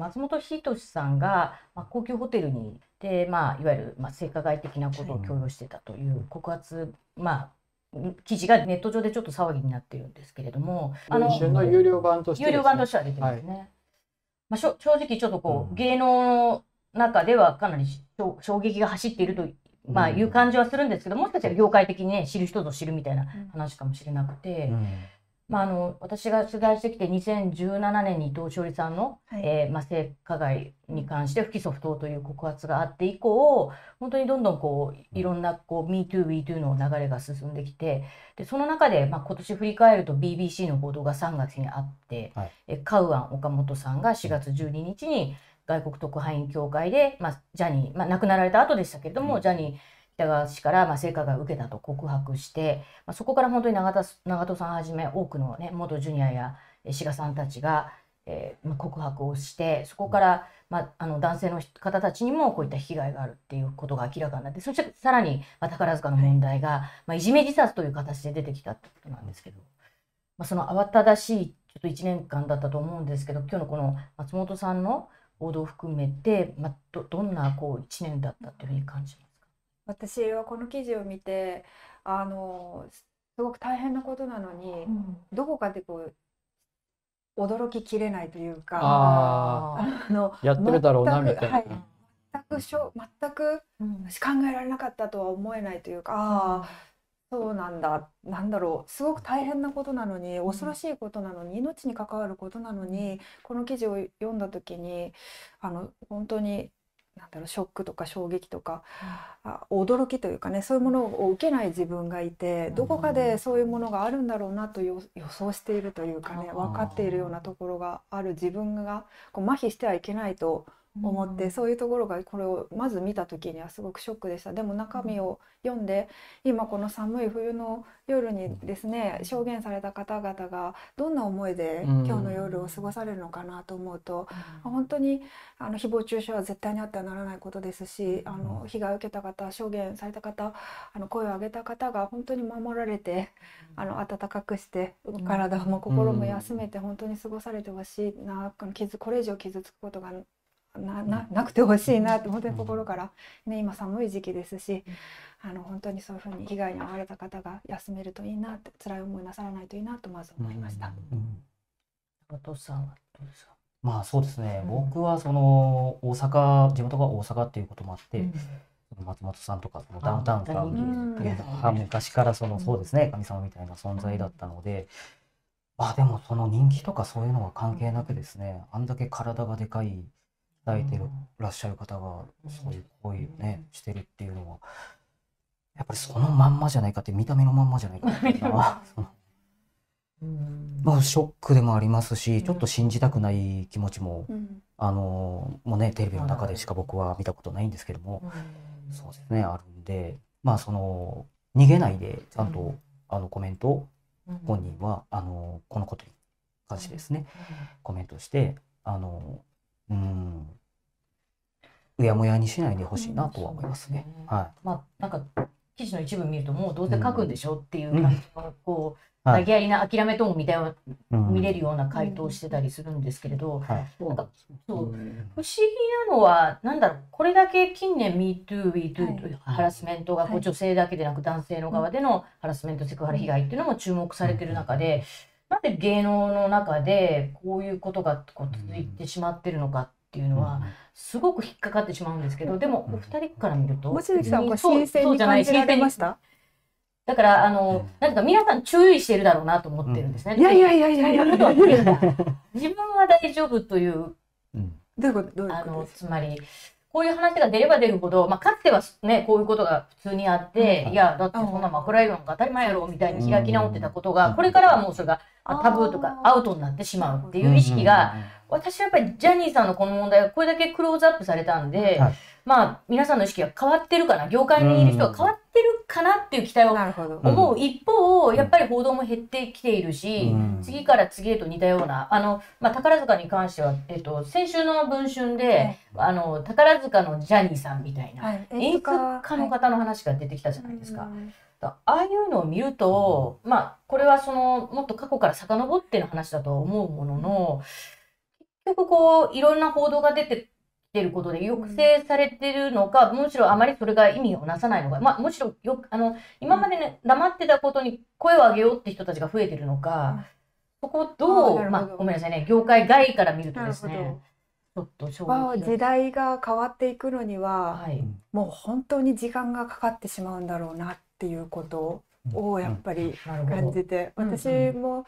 松本人志さんが、高級ホテルに行って、いわゆる、性加害的なことを強要してたという告発、記事がネット上でちょっと騒ぎになってるんですけれども、 文春の有料版としてですね。 有料版としては出てますね。正直ちょっと芸能の中ではかなり衝撃が走っているという感じはするんですけど、もしかしたら業界的にね、知る人ぞ知るみたいな話かもしれなくて、私が取材してきて2017年に伊藤詩織さんの、性加害に関して不起訴不当という告発があって以降、本当にどんどんいろんなMeToo、WeToo の流れが進んできて、でその中で、今年振り返ると BBC の報道が3月にあって、カウアン・オカモトさんが4月12日に外国特派員協会で、ジャニー、亡くなられた後でしたけれども、ジャニー北川氏から性加害を受けたと告白して、そこから本当に長門さんはじめ多くの、元ジュニアや志賀さんたちが、告白をして、そこから、男性の方たちにもこういった被害があるっていうことが明らかになって、そしてさらに、宝塚の問題が、いじめ自殺という形で出てきたってことなんですけど、その慌ただしいちょっと1年間だったと思うんですけど、今日のこの松本さんの報道を含めて、どんな1年だったっていうふうに感じますか？ 私はこの記事を見てすごく大変なことなのに、どこかで驚ききれないというか、 やってるだろうなみたいな、 全く考えられなかったとは思えないというか、そうなんだ、なんだろう、すごく大変なことなのに、恐ろしいことなのに、命に関わることなのに、この記事を読んだ時に本当にショックとか衝撃とか、驚きというかね、そういうものを受けない自分がいて、どこかでそういうものがあるんだろうなと予想しているというかね、分かっているようなところがある自分が麻痺してはいけないと思って、そういうところがこれをまず見た時にはすごくショックでした。でも中身を読んで、今この寒い冬の夜にですね、証言された方々がどんな思いで今日の夜を過ごされるのかなと思うと、本当に誹謗中傷は絶対にあってはならないことですし、被害を受けた方、証言された方、声を上げた方が本当に守られて、温かくして体も心も休めて本当に過ごされてほしいな、これ以上傷つくことがなくてほしいなって本当に心から、今寒い時期ですし、本当にそういうふうに被害に遭われた方が休めるといいなって、辛い思いなさらないといいなとまず思いました。 お父さんはどうですか？ そうですね、僕はその地元が大阪っていうこともあって、松本さんとかダウンタウンさんっていうのは昔からそうですね、神様みたいな存在だったので、でもその人気とかそういうのは関係なくですね、あんだけ体がでかい鍛えてらっしゃる方がそういう行為をねしてるっていうのはやっぱりそのまんまじゃないかって、見た目のまんまじゃないかっていうのはショックでもありますし、ちょっと信じたくない気持ちももうね、テレビの中でしか僕は見たことないんですけども、そうですね、あるんで、逃げないでちゃんとコメントを本人はこのことに関してですねコメントしてうやむやにしないでほしいなとは思いますね。 なんか記事の一部見ると、もうどうせ書くんでしょっていう感じの投げやりな諦めとも見れるような回答をしてたりするんですけれど、不思議なのはこれだけ近年 MeToo、WeToo というハラスメントが女性だけでなく男性の側でのハラスメント、セクハラ被害っていうのも注目されている中で、なんで芸能の中でこういうことが続いてしまってるのかっていうのはすごく引っかかってしまうんですけど、でもお二人から見ると望月さんは新鮮に感じられました？ だからなんか皆さん注意してるだろうなと思ってるんですね。 いやいや自分は大丈夫という、つまりこういう話が出れば出るほど、かつてはね、こういうことが普通にあって、いやだってそんな枕営業なんか当たり前やろみたいに開き直ってたことが、これからはもうそれがタブーとかアウトになってしまうっていう意識が、私はやっぱりジャニーさんのこの問題がこれだけクローズアップされたんで、皆さんの意識が変わってるかな、業界にいる人が変わってるかなっていう期待を思う一方、やっぱり報道も減ってきているし、次から次へと似たような宝塚に関しては、先週の文春で宝塚のジャニーさんみたいな演出家の方の話が出てきたじゃないですか。ああいうのを見ると、これはもっと過去から遡っての話だと思うものの、 局こういろんな報道が出てきてることで抑制されてるのか、むしろあまりそれが意味をなさないのか、むしろ今までね、黙ってたことに声を上げようって人たちが増えてるのか、そこをどう、ごめんなさいね、業界外から見るとですね、ちょっと衝撃が。 時代が変わっていくのには、もう本当に時間がかかってしまうんだろうなっていうことをやっぱり感じて、私も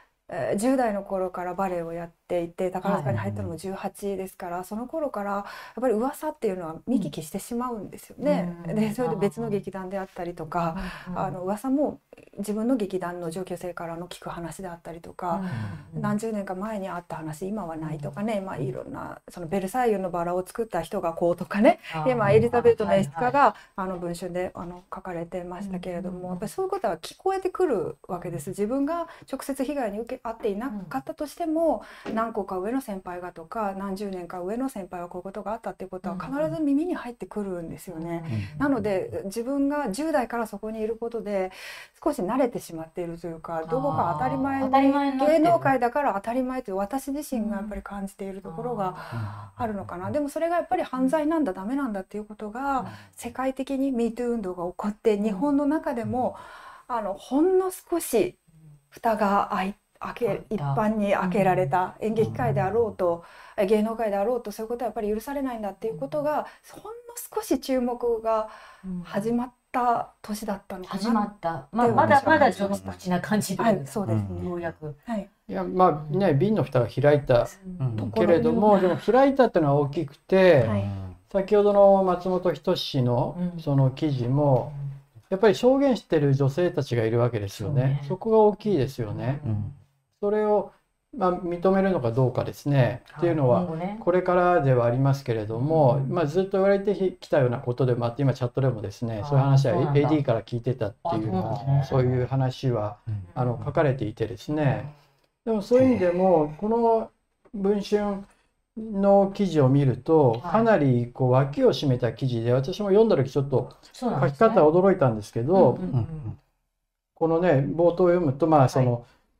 10代の頃からバレエをやっていて、宝塚に入ったのも18ですから、その頃からやっぱり噂っていうのは見聞きしてしまうんですよね。でそれで別の劇団であったりとか、噂も自分の劇団の上級生からの聞く話であったりとか、何十年か前にあった話今はないとかね、いろんなそのベルサイユのバラを作った人がこうとかね、エリザベートの演出家が文春で書かれてましたけれども、やっぱりそういうことは聞こえてくるわけです。自分が直接被害に遭っていなかったとしても、何個か上の先輩がとか何十年か上の先輩はこういうことがあったっていうことは必ず耳に入ってくるんですよね。なので自分が10代からそこにいることで少し慣れてしまっているというか、どこか当たり前に芸能界だから当たり前という私自身がやっぱり感じているところがあるのかな。でもそれがやっぱり犯罪なんだ、ダメなんだっていうことが世界的に MeToo 運動が起こって、日本の中でもほんの少し蓋が一般に開けられた、演劇界であろうと芸能界であろうと、そういうことはやっぱり許されないんだっていうことが、ほんの少し注目が始まった年だったのかな。 始まった。まだまだ序の口な感じで、 そうですね。 ようやく。 いやね、瓶の蓋が開いたけれども、でも開いたっていうのは大きくて、先ほどの松本人志のその記事もやっぱり証言してる女性たちがいるわけですよね。そこが大きいですよね。それを認めるのかどうかですね、っていうのはこれからではありますけれども、ずっと言われてきたようなことでもあって、今チャットでもですね、そういう話は AD から聞いてたっていう、そういう話は書かれていてですね、でもそういう意味でもこの文春の記事を見るとかなりこう脇を締めた記事で、私も読んだ時ちょっと書き方驚いたんですけど、このね冒頭を読むと、その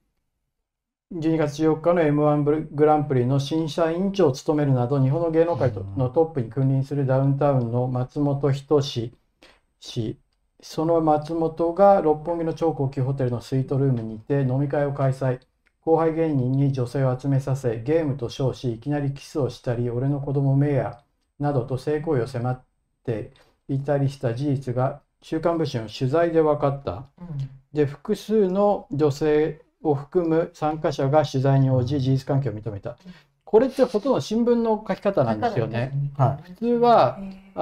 12月14日の M1 グランプリの審査委員長を務めるなど日本の芸能界のトップに君臨するダウンタウンの松本人志氏、その松本が六本木の超高級ホテルのスイートルームにて飲み会を開催。後輩芸人に女性を集めさせゲームと称し、いきなりキスをしたり、俺の子供めやなどと性行為を迫っていたりした事実が週刊文春の取材で分かった。で、複数の女性を含む参加者が取材に応じ事実関係を認めた。これってほとんど新聞の書き方なんですよね。普通は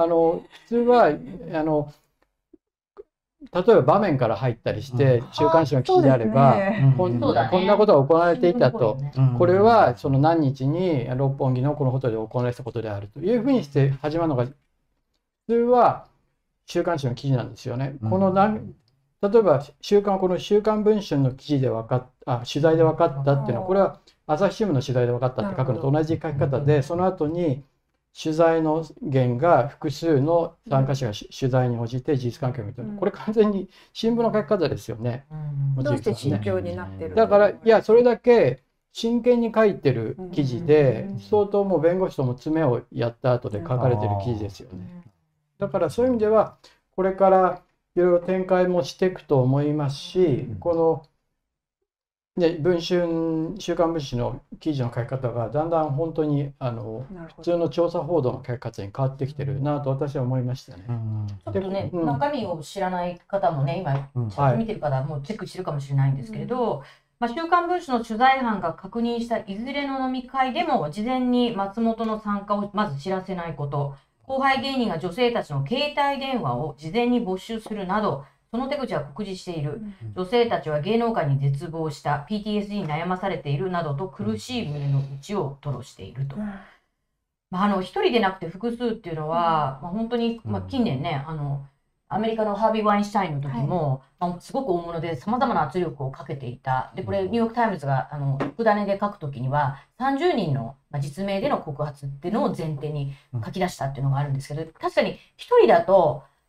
例えば場面から入ったりして週刊誌の記事であれば、こんなことが行われていたと、これはその何日に六本木のこのホテルで行われたことであるというふうにして始まるのが普通は週刊誌の記事なんですよね。例えばこの週刊文春の記事で取材で分かったっていうのは、これは朝日新聞の取材で分かったって書くのと同じ書き方で、その後に取材の源が複数の参加者が取材に応じて事実関係を認める。これ完全に新聞の書き方ですよね。 どうして慎重になってる？ だからそれだけ真剣に書いてる記事で、相当もう弁護士とも詰めをやった後で書かれてる記事ですよね。だからそういう意味ではこれからいろいろ展開もしていくと思いますし、この週刊文春の記事の書き方がだんだん本当に普通の調査報道の書き方に変わってきてるなと私は思いましたね。 ちょっとね、中身を知らない方もね、今チャット見てる方もチェックしてるかもしれないんですけれど、週刊文春の取材班が確認したいずれの飲み会でも事前に松本の参加をまず知らせないこと、後輩芸人が女性たちの携帯電話を事前に没収するなど、その手口は酷似している。女性たちは芸能界に絶望した、PTSD に悩まされているなどと苦しい胸の内を吐露していると。一人でなくて複数っていうのは、本当に、近年ね、アメリカのハービー・ワインシュタインの時も、すごく大物でさまざまな圧力をかけていた。で、これニューヨーク・タイムズが福種で書く時には30人の実名での告発っていうのを前提に書き出したっていうのがあるんですけど、確かに一人だと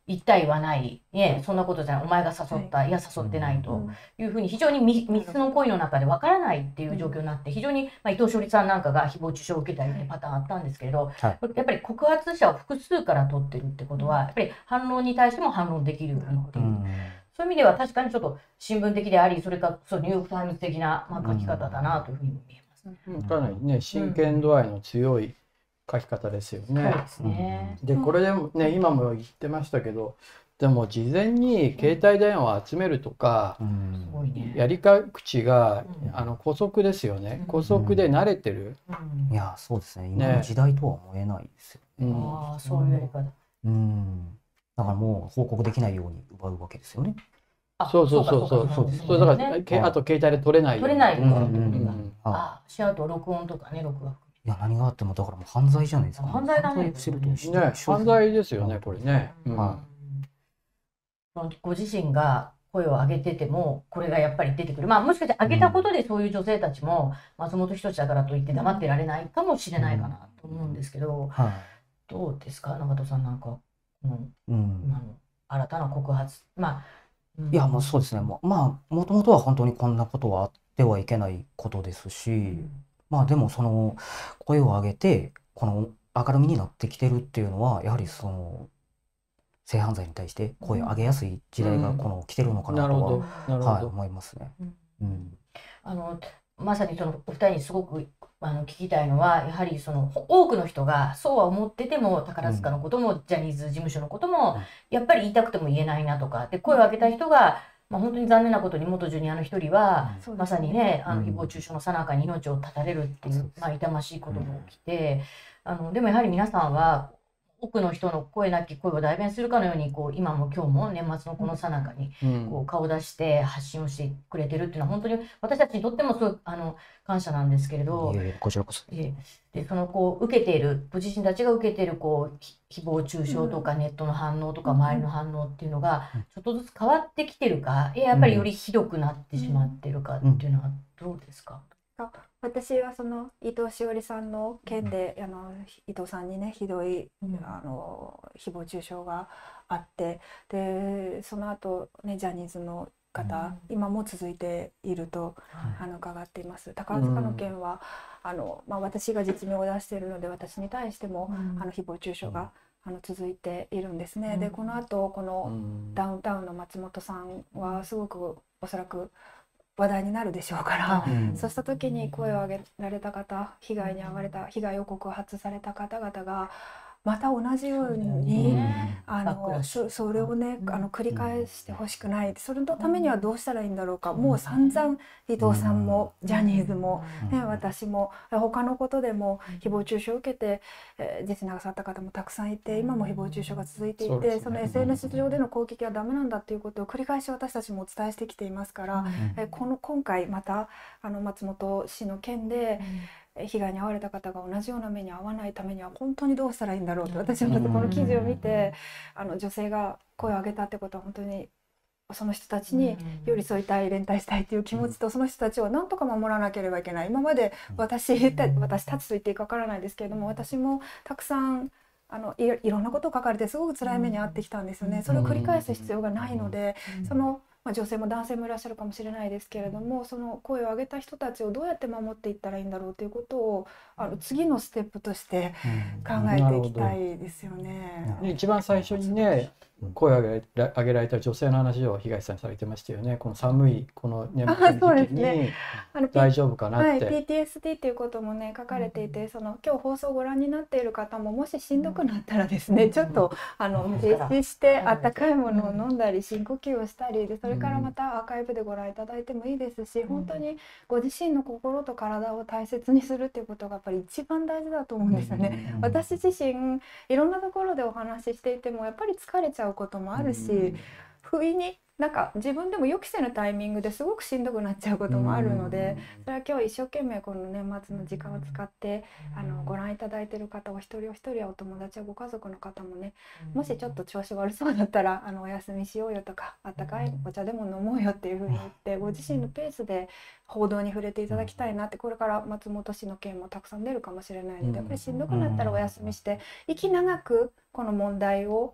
言った言わない、ね、そんなことじゃない、お前が誘った、いや誘ってないというふうに非常に密室の恋の中で分からないっていう状況になって、非常に、伊藤詩織さんなんかが誹謗中傷を受けたりってパターンあったんですけれど、やっぱり告発者を複数から取ってるってことは、やっぱり反論に対しても反論できるようにっていう。そういう意味では確かにちょっと新聞的であり、それからニューヨーク・タイムズ的な、書き方だなというふうに見えます。 かなりね、真剣度合いの強い書き方ですよね。 そうですね。 で、これでもね、今も言ってましたけど、でも事前に携帯電話を集めるとか、やり口が姑息ですよね。姑息で慣れてる。 いや、そうですね。今の時代とは思えないですよね。 ああ、そういうやり方。 だからもう報告できないように奪うわけですよね。 そうだからあと携帯で撮れない。 撮れないとか。足跡録音とかね、録画。 いや、何があってもだからもう犯罪じゃないですか。 犯罪だね。 犯罪ですよね、これね。 ご自身が声を上げててもこれがやっぱり出てくる。もしかして上げたことでそういう女性たちも松本人志だからといって黙ってられないかもしれないかなと思うんですけど、どうですか、長門さん、なんか今の新たな告発。 いや、もうそうですね。もともとは本当にこんなことはあってはいけないことですし、でもその声を上げてこの明るみになってきてるっていうのは、やはりその性犯罪に対して声を上げやすい時代が来てるのかなとは思いますね。 まさにそのお二人にすごく聞きたいのは、やはりその多くの人がそうは思ってても宝塚のこともジャニーズ事務所のこともやっぱり言いたくても言えないなとかで、声を上げた人が本当に残念なことに元ジュニアの一人はまさにね、誹謗中傷の最中に命を絶たれるっていう痛ましいことも起きて、でもやはり皆さんは多くの人の声なき声を代弁するかのように今も今日も年末のこの最中に顔を出して発信をしてくれてるっていうのは本当に私たちにとってもすごい感謝なんですけれど、 こちらこそ。 でその受けているご自身たちが受けている誹謗中傷とかネットの反応とか周りの反応っていうのがちょっとずつ変わってきてるか、やっぱりよりひどくなってしまってるかっていうのはどうですか？ 私はその伊藤詩織さんの件で伊藤さんにねひどい誹謗中傷があって、でその後ねジャニーズの方、今も続いていると伺っています。宝塚の件は私が実名を出しているので、私に対しても誹謗中傷が続いているんですね。でこの後このダウンタウンの松本さんはすごくおそらく話題になるでしょうから、そうした時に声を上げられた方、被害に遭われた、被害を告発された方々がまた同じようにそれをね繰り返してほしくない。それのためにはどうしたらいいんだろうか。もう散々伊藤さんもジャニーズも、私も他のことでも誹謗中傷を受けて実になさった方もたくさんいて、今も誹謗中傷が続いていて、その SNS 上での攻撃はダメなんだっていうことを繰り返し私たちもお伝えしてきていますから、今回また松本氏の件で被害に遭われた方が同じような目に遭わないためには本当にどうしたらいいんだろうと、私はまずこの記事を見て女性が声を上げたってことは本当にその人たちに寄り添いたい、連帯したいという気持ちと、その人たちを何とか守らなければいけない。今まで私たちと言っていいかわからないですけれども、私もたくさんいろんなことを書かれてすごく辛い目に遭ってきたんですよね。それを繰り返す必要がないので、女性も男性もいらっしゃるかもしれないですけれども、その声を上げた人たちをどうやって守っていったらいいんだろうということを次のステップとして考えていきたいですよね。 一番最初にね声を上げられた女性の話を東さんされてましたよね。この寒いこの年末の時期に大丈夫かなって。 PTSD っていうこともね書かれていて、今日放送をご覧になっている方ももししんどくなったらですね、ちょっと停止してあったかいものを飲んだり深呼吸をしたりで、それからまたアーカイブでご覧いただいてもいいですし、本当にご自身の心と体を大切にするっていうことがやっぱり一番大事だと思うんですよね。私自身いろんなところでお話ししていてもやっぱり疲れちゃうこともあるし、不意になんか自分でも予期せぬタイミングですごくしんどくなっちゃうこともあるので、それは今日一生懸命この年末の時間を使ってご覧いただいている方お一人お一人やお友達やご家族の方もね、もしちょっと調子悪そうだったらお休みしようよとか、あったかいお茶でも飲もうよっていうふうに言ってご自身のペースで報道に触れていただきたいなって。これから松本氏の件もたくさん出るかもしれないので、やっぱりしんどくなったらお休みして息長くこの問題を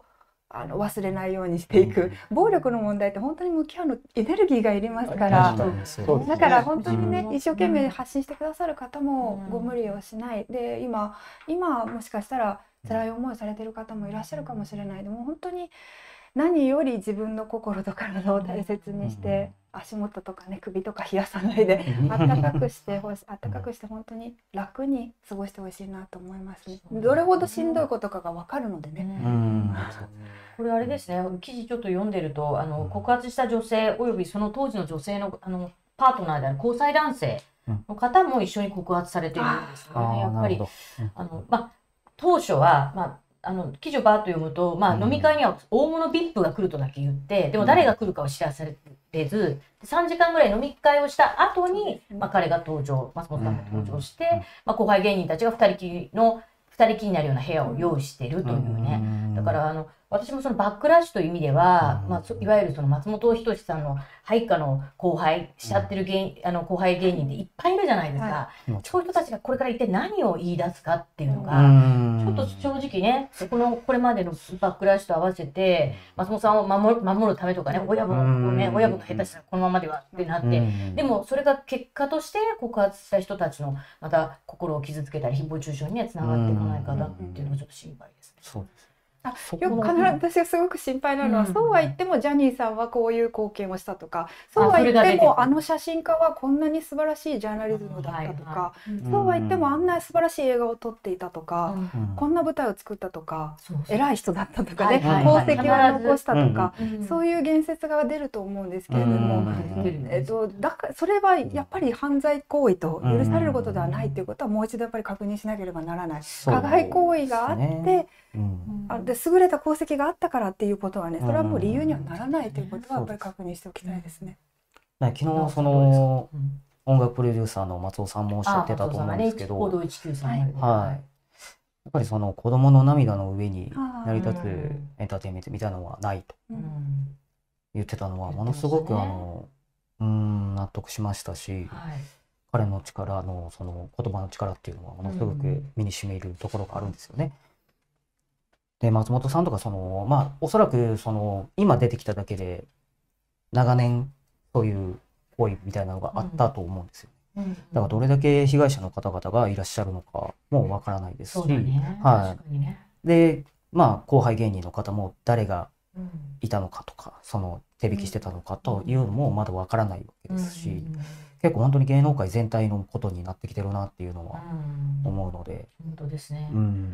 忘れないようにしていく、暴力の問題って本当に向き合うのエネルギーがいりますから、だから本当にね、一生懸命発信してくださる方もご無理をしないで、今もしかしたら辛い思いをされている方もいらっしゃるかもしれない。でも本当に何より自分の心と体を大切にして、足元とかね、首とか冷やさないで暖かくして本当に楽に過ごしてほしいなと思いますね。どれほどしんどいことかが分かるのでね。 これあれですね、記事ちょっと読んでると告発した女性およびその当時の女性のパートナーである交際男性の方も一緒に告発されているんですよね。やっぱり当初は記事をバーッと読むと、飲み会には大物 VIP が来るとだけ言って、でも誰が来るかは知らされず、3時間ぐらい飲み会をした後に、彼が登場、松本さんが登場して、後輩芸人たちが2人きりになるような部屋を用意しているというね。だから私もそのバックラッシュという意味では、いわゆるその松本人志さんの配下の後輩しちゃってる後輩芸人っていっぱいいるじゃないですか。そういう人たちがこれから一体何を言い出すかっていうのが、ちょっと正直ね、これまでのバックラッシュと合わせて、松本さんを守るためとかね、親分が下手したらこのままではってなって、でもそれが結果として告発した人たちのまた心を傷つけたり、誹謗中傷にね、つながっていかないかなっていうのがちょっと心配ですね。 そうですよく私がすごく心配なのは、そうは言ってもジャニーさんはこういう貢献をしたとか、そうは言っても写真家はこんなに素晴らしいジャーナリズムだったとか、そうは言ってもあんな素晴らしい映画を撮っていたとか、こんな舞台を作ったとか、偉い人だったとかね、功績を残したとか、そういう言説が出ると思うんですけれども、だからそれはやっぱり犯罪行為と許されることではないということはもう一度やっぱり確認しなければならない。加害行為があってで優れた功績があったからっていうことはね、それはもう理由にはならないということはやっぱり確認しておきたいですね。 昨日その音楽プロデューサーの松尾さんもおっしゃってたと思うんですけど、やっぱりその子供の涙の上に成り立つエンターテインメントみたいなのはないと言ってたのはものすごく納得しましたし、彼の力のその言葉の力っていうのはものすごく身に染みるところがあるんですよね。で松本さんとかおそらく今出てきただけで長年そういう行為みたいなのがあったと思うんですよ。だからどれだけ被害者の方々がいらっしゃるのかもわからないですし、で後輩芸人の方も誰がいたのかとか手引きしてたのかというのもまだわからないわけですし、結構本当に芸能界全体のことになってきてるなっていうのは思うので。 本当ですね。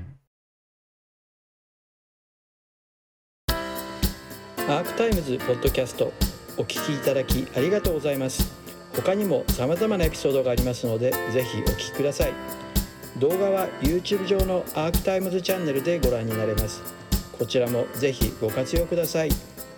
アークタイムズポッドキャストお聞きいただきありがとうございます。他にも様々なエピソードがありますのでぜひお聞きください。動画は YouTube 上のアークタイムズチャンネルでご覧になれます。こちらもぜひご活用ください。